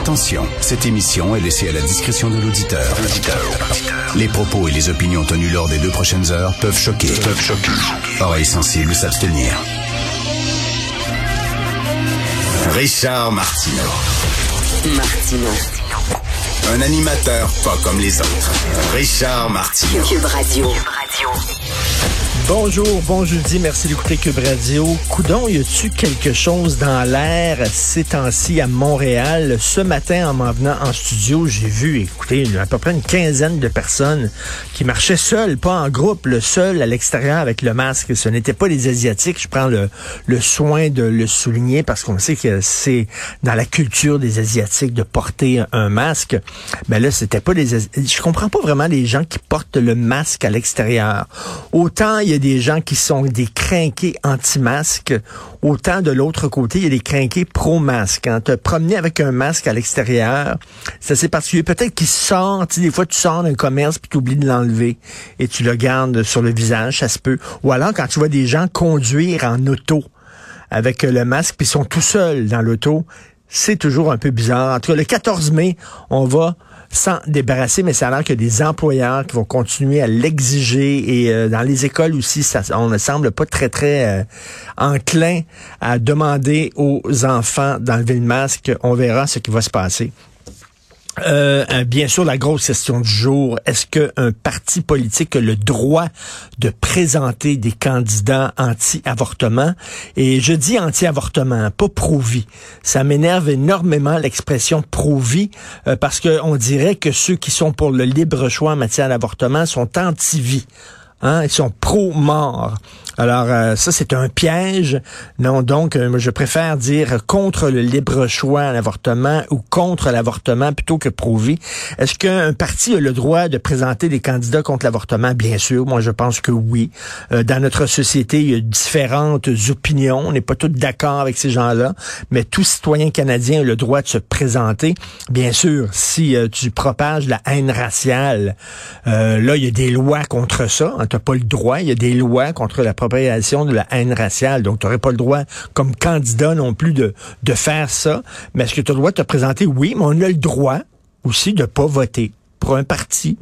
Attention, cette émission est laissée à la discrétion de l'auditeur. Les propos et les opinions tenues lors des 2 prochaines heures peuvent choquer. Oreilles sensibles s'abstenir. Richard Martineau. Un animateur pas comme les autres. Richard Martineau. Cube Radio. Bonjour, bon jeudi, merci d'écouter Cube Radio. Coudon, y a-tu quelque chose dans l'air ces temps-ci à Montréal? Ce matin, en m'en venant en studio, j'ai vu, écoutez, à peu près une quinzaine de personnes qui marchaient seules, pas en groupe, seules à l'extérieur avec le masque. Ce n'étaient pas des Asiatiques. Je prends le soin de le souligner parce qu'on sait que c'est dans la culture des Asiatiques de porter un masque. Mais là, c'était pas des Asiatiques. Je comprends pas vraiment les gens qui portent le masque à l'extérieur. Autant il y a des gens qui sont des crinqués anti-masque, autant de l'autre côté, il y a des crinqués pro-masque. Quand te promener avec un masque à l'extérieur, c'est assez particulier. Peut-être qu'il sort, tu sais, des fois tu sors d'un commerce puis tu oublies de l'enlever et tu le gardes sur le visage, ça se peut. Ou alors quand tu vois des gens conduire en auto avec le masque puis ils sont tout seuls dans l'auto, c'est toujours un peu bizarre. En tout cas, le 14 mai, on va s'en débarrasser, mais ça a l'air qu'il y a des employeurs qui vont continuer à l'exiger et dans les écoles aussi, on ne semble pas très enclin à demander aux enfants d'enlever le masque. On verra ce qui va se passer. Bien sûr, la grosse question du jour, est-ce qu'un parti politique a le droit de présenter des candidats anti-avortement? Et je dis anti-avortement, pas pro-vie. Ça m'énerve énormément l'expression pro-vie parce qu'on dirait que ceux qui sont pour le libre choix en matière d'avortement sont anti-vie. Hein, ils sont pro-mort. Alors, ça, c'est un piège. Non, donc, je préfère dire contre le libre choix à l'avortement ou contre l'avortement plutôt que pro-vie. Est-ce qu'un parti a le droit de présenter des candidats contre l'avortement? Bien sûr, moi, je pense que oui. Dans notre société, il y a différentes opinions. On n'est pas tous d'accord avec ces gens-là, mais tout citoyen canadien a le droit de se présenter. Bien sûr, si tu propages la haine raciale, là, il y a des lois contre ça. T'as pas le droit. Il y a des lois contre la propagation de la haine raciale. Donc, tu n'aurais pas le droit, comme candidat non plus, de faire ça. Mais est-ce que tu as le droit de te présenter? Oui, mais on a le droit aussi de pas voter pour un parti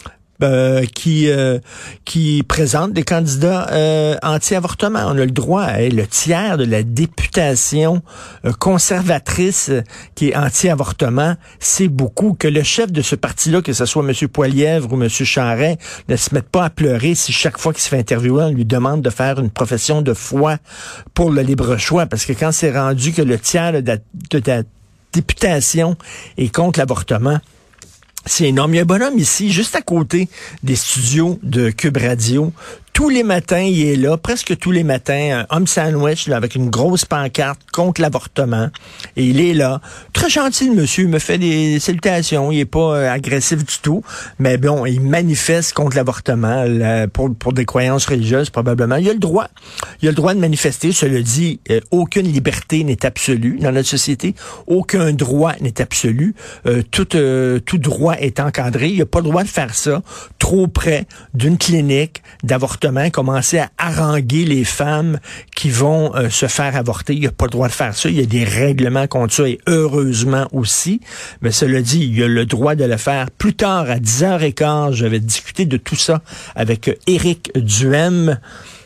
qui présente des candidats anti-avortement. On a le droit. Le tiers de la députation conservatrice qui est anti-avortement, c'est beaucoup. Que le chef de ce parti-là, que ce soit M. Poilievre ou M. Charest, ne se mette pas à pleurer si chaque fois qu'il se fait interviewer, on lui demande de faire une profession de foi pour le libre choix. Parce que quand c'est rendu que le tiers de la députation est contre l'avortement, c'est énorme. Il y a un bonhomme ici, juste à côté des studios de Cube Radio. Tous les matins, il est là, presque tous les matins, un homme sandwich là, avec une grosse pancarte contre l'avortement. Et il est là. Très gentil, le monsieur. Il me fait des salutations. Il est pas agressif du tout. Mais bon, il manifeste contre l'avortement pour des croyances religieuses, probablement. Il a le droit. Il a le droit de manifester. Cela dit, aucune liberté n'est absolue dans notre société. Aucun droit n'est absolu. Tout droit est encadré. Il n'a pas le droit de faire ça trop près d'une clinique d'avortement, commencer à haranguer les femmes qui vont se faire avorter. Il n'a pas le droit de faire ça. Il y a des règlements contre ça et heureusement aussi. Mais cela dit, il a le droit de le faire. Plus tard, à 10h15, je vais discuter de tout ça avec Éric Duhem.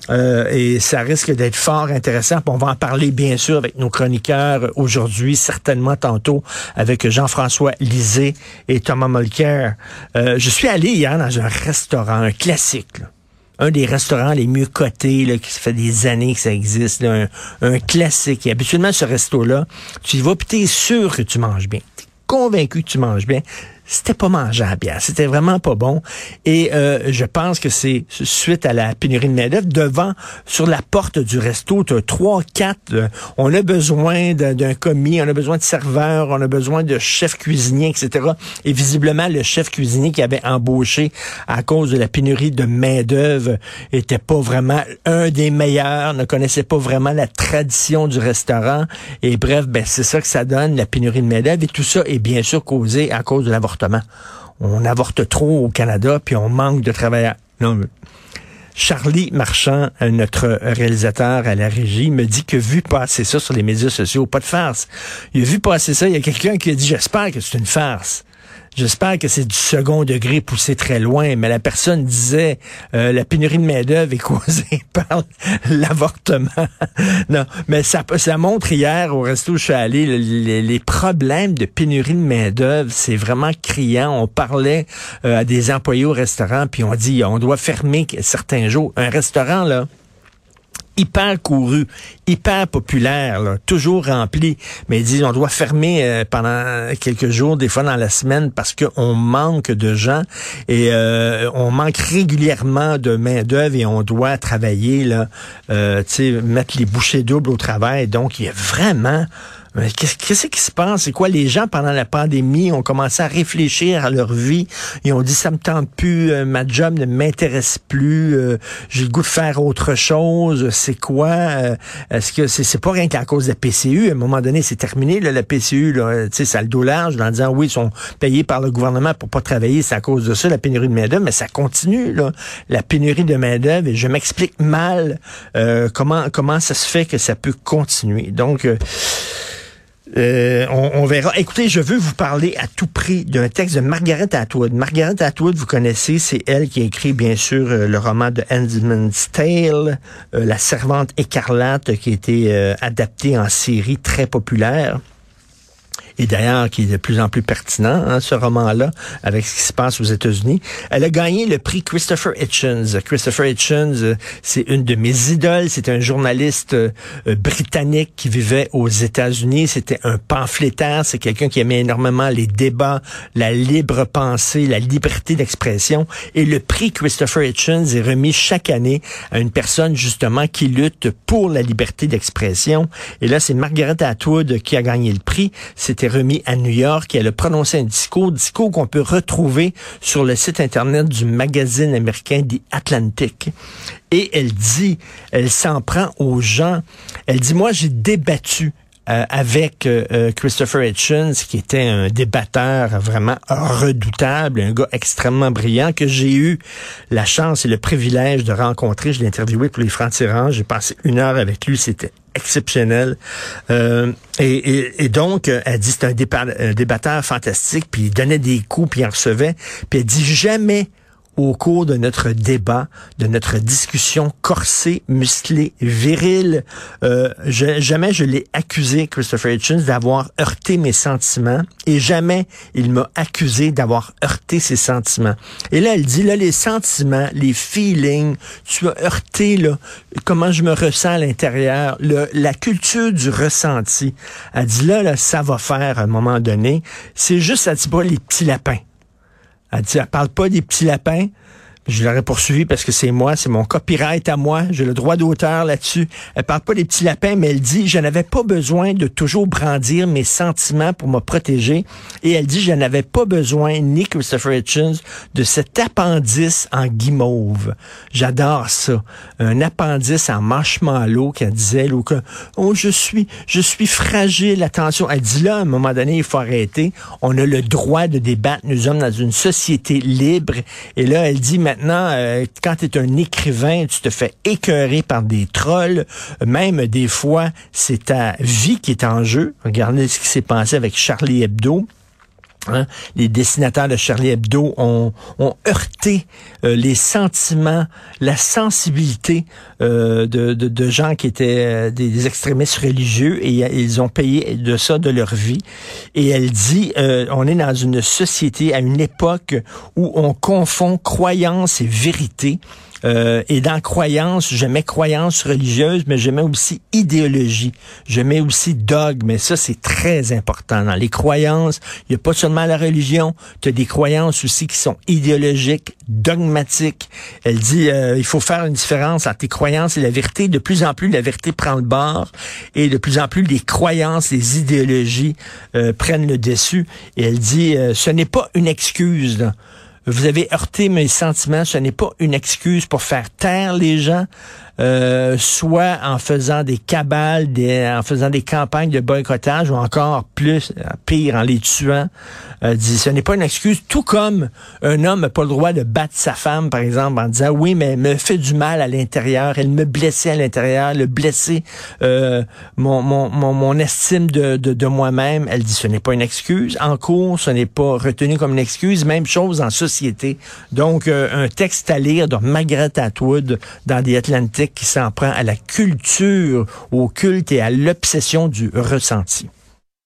Et ça risque d'être fort intéressant. Puis on va en parler, bien sûr, avec nos chroniqueurs aujourd'hui, certainement tantôt, avec Jean-François Lisée et Thomas Mulcair. Je suis allé hier dans un restaurant, un classique, là. Un des restaurants les mieux cotés, là, qui fait des années que ça existe, là, un classique. Et habituellement, ce resto-là, tu y vas, puis t'es sûr que tu manges bien. T'es convaincu que tu manges bien. C'était pas mangeable hier. C'était vraiment pas bon. Et je pense que c'est suite à la pénurie de main-d'œuvre. Devant, sur la porte du resto, tu as 3, 4. On a besoin d'un commis, on a besoin de serveurs, on a besoin de chef cuisinier, etc. Et visiblement, le chef cuisinier qui avait embauché à cause de la pénurie de main-d'œuvre était pas vraiment un des meilleurs, ne connaissait pas vraiment la tradition du restaurant. Et bref, ben c'est ça que ça donne, la pénurie de main-d'œuvre. Et tout ça est bien sûr causé à cause de l'avortement. On avorte trop au Canada, puis on manque de travailleurs. Non, Charlie Marchand, notre réalisateur à la régie, me dit que vu passer ça sur les médias sociaux, pas de farce. Il a vu passer ça, il y a quelqu'un qui a dit « J'espère que c'est une farce ». J'espère que c'est du second degré poussé très loin, mais la personne disait la pénurie de main-d'œuvre est causée par l'avortement. Non, mais ça montre hier au resto où je suis allé, les problèmes de pénurie de main-d'œuvre, c'est vraiment criant. On parlait à des employés au restaurant, puis on dit on doit fermer certains jours. Un restaurant, là, hyper couru, hyper populaire, là, toujours rempli. Mais ils disent on doit fermer pendant quelques jours, des fois dans la semaine, parce qu'on manque de gens et on manque régulièrement de main-d'œuvre et on doit travailler, là, mettre les bouchées doubles au travail. Donc, il y a vraiment... Qu'est-ce qui se passe? C'est quoi? Les gens, pendant la pandémie, ont commencé à réfléchir à leur vie. Ils ont dit, ça me tente plus, ma job ne m'intéresse plus, j'ai le goût de faire autre chose. C'est quoi? Est-ce que c'est pas rien qu'à cause de la PCU? À un moment donné, c'est terminé, là, la PCU, là. Tu sais, ça a le dos large en disant, oui, ils sont payés par le gouvernement pour pas travailler. C'est à cause de ça, la pénurie de main-d'œuvre. Mais ça continue, là. La pénurie de main-d'œuvre. Et je m'explique mal, comment ça se fait que ça peut continuer. Donc, on verra. Écoutez, je veux vous parler à tout prix d'un texte de Margaret Atwood. Margaret Atwood, vous connaissez, c'est elle qui a écrit, bien sûr, le roman de Handmaid's Tale, La Servante écarlate, qui a été adapté en série très populaire. Et d'ailleurs, qui est de plus en plus pertinent, hein, ce roman-là, avec ce qui se passe aux États-Unis. Elle a gagné le prix Christopher Hitchens. Christopher Hitchens, c'est une de mes idoles. C'est un journaliste britannique qui vivait aux États-Unis. C'était un pamphlétaire. C'est quelqu'un qui aimait énormément les débats, la libre pensée, la liberté d'expression. Et le prix Christopher Hitchens est remis chaque année à une personne, justement, qui lutte pour la liberté d'expression. Et là, c'est Margaret Atwood qui a gagné le prix. C'était remis à New York et elle a prononcé un discours qu'on peut retrouver sur le site Internet du magazine américain The Atlantic. Et elle s'en prend aux gens. Elle dit, moi, j'ai débattu avec Christopher Hitchens, qui était un débatteur vraiment redoutable, un gars extrêmement brillant, que j'ai eu la chance et le privilège de rencontrer. Je l'ai interviewé pour les Francs-Tireurs. J'ai passé 1 heure avec lui. C'était exceptionnel. Et donc, elle dit, c'est un débatteur fantastique, puis il donnait des coups, puis il en recevait. Puis elle dit, jamais au cours de notre débat, de notre discussion corsée, musclée, virile, jamais je l'ai accusé, Christopher Hitchens, d'avoir heurté mes sentiments, et jamais il m'a accusé d'avoir heurté ses sentiments. Et là, elle dit, là, les sentiments, les feelings, tu as heurté, là, comment je me ressens à l'intérieur, la culture du ressenti. Elle dit, là, ça va faire à un moment donné. C'est juste, elle dit pas les petits lapins. Elle dit, elle parle pas des petits lapins. Je l'aurais poursuivi parce que c'est moi, c'est mon copyright à moi, j'ai le droit d'auteur là-dessus. Elle parle pas des petits lapins, mais elle dit, je n'avais pas besoin de toujours brandir mes sentiments pour me protéger. Et elle dit, je n'avais pas besoin, ni Christopher Hitchens, de cet appendice en guimauve. J'adore ça. Un appendice en marshmallow qu'elle disait, là, que, oh, je suis fragile, attention. Elle dit là, à un moment donné, il faut arrêter. On a le droit de débattre. Nous sommes dans une société libre. Et là, elle dit, maintenant, quand tu es un écrivain, tu te fais écœurer par des trolls. Même des fois, c'est ta vie qui est en jeu. Regardez ce qui s'est passé avec Charlie Hebdo. Hein? Les dessinateurs de Charlie Hebdo ont heurté les sentiments, la sensibilité de gens qui étaient des extrémistes religieux, et ils ont payé de ça de leur vie. Et elle dit, on est dans une société, à une époque où on confond croyance et vérité. Et dans croyance, je mets croyance religieuse, mais je mets aussi idéologie. Je mets aussi dogme, mais ça, c'est très important. Dans les croyances, il n'y a pas seulement la religion, tu as des croyances aussi qui sont idéologiques, dogmatiques. Elle dit, il faut faire une différence entre les croyances et la vérité. De plus en plus, la vérité prend le bord, et de plus en plus, les croyances, les idéologies prennent le dessus. Et elle dit, ce n'est pas une excuse, là. Vous avez heurté mes sentiments, ce n'est pas une excuse pour faire taire les gens. soit en faisant des cabales, en faisant des campagnes de boycottage, ou encore plus, pire, en les tuant. Dit, ce n'est pas une excuse, tout comme un homme n'a pas le droit de battre sa femme, par exemple, en disant, oui, mais elle me fait du mal à l'intérieur, elle me blessait à l'intérieur, le blessé mon estime de moi-même. Elle dit, ce n'est pas une excuse. En cours, ce n'est pas retenu comme une excuse. Même chose en société. Donc, un texte à lire de Margaret Atwood dans The Atlantic qui s'en prend à la culture, au culte et à l'obsession du ressenti.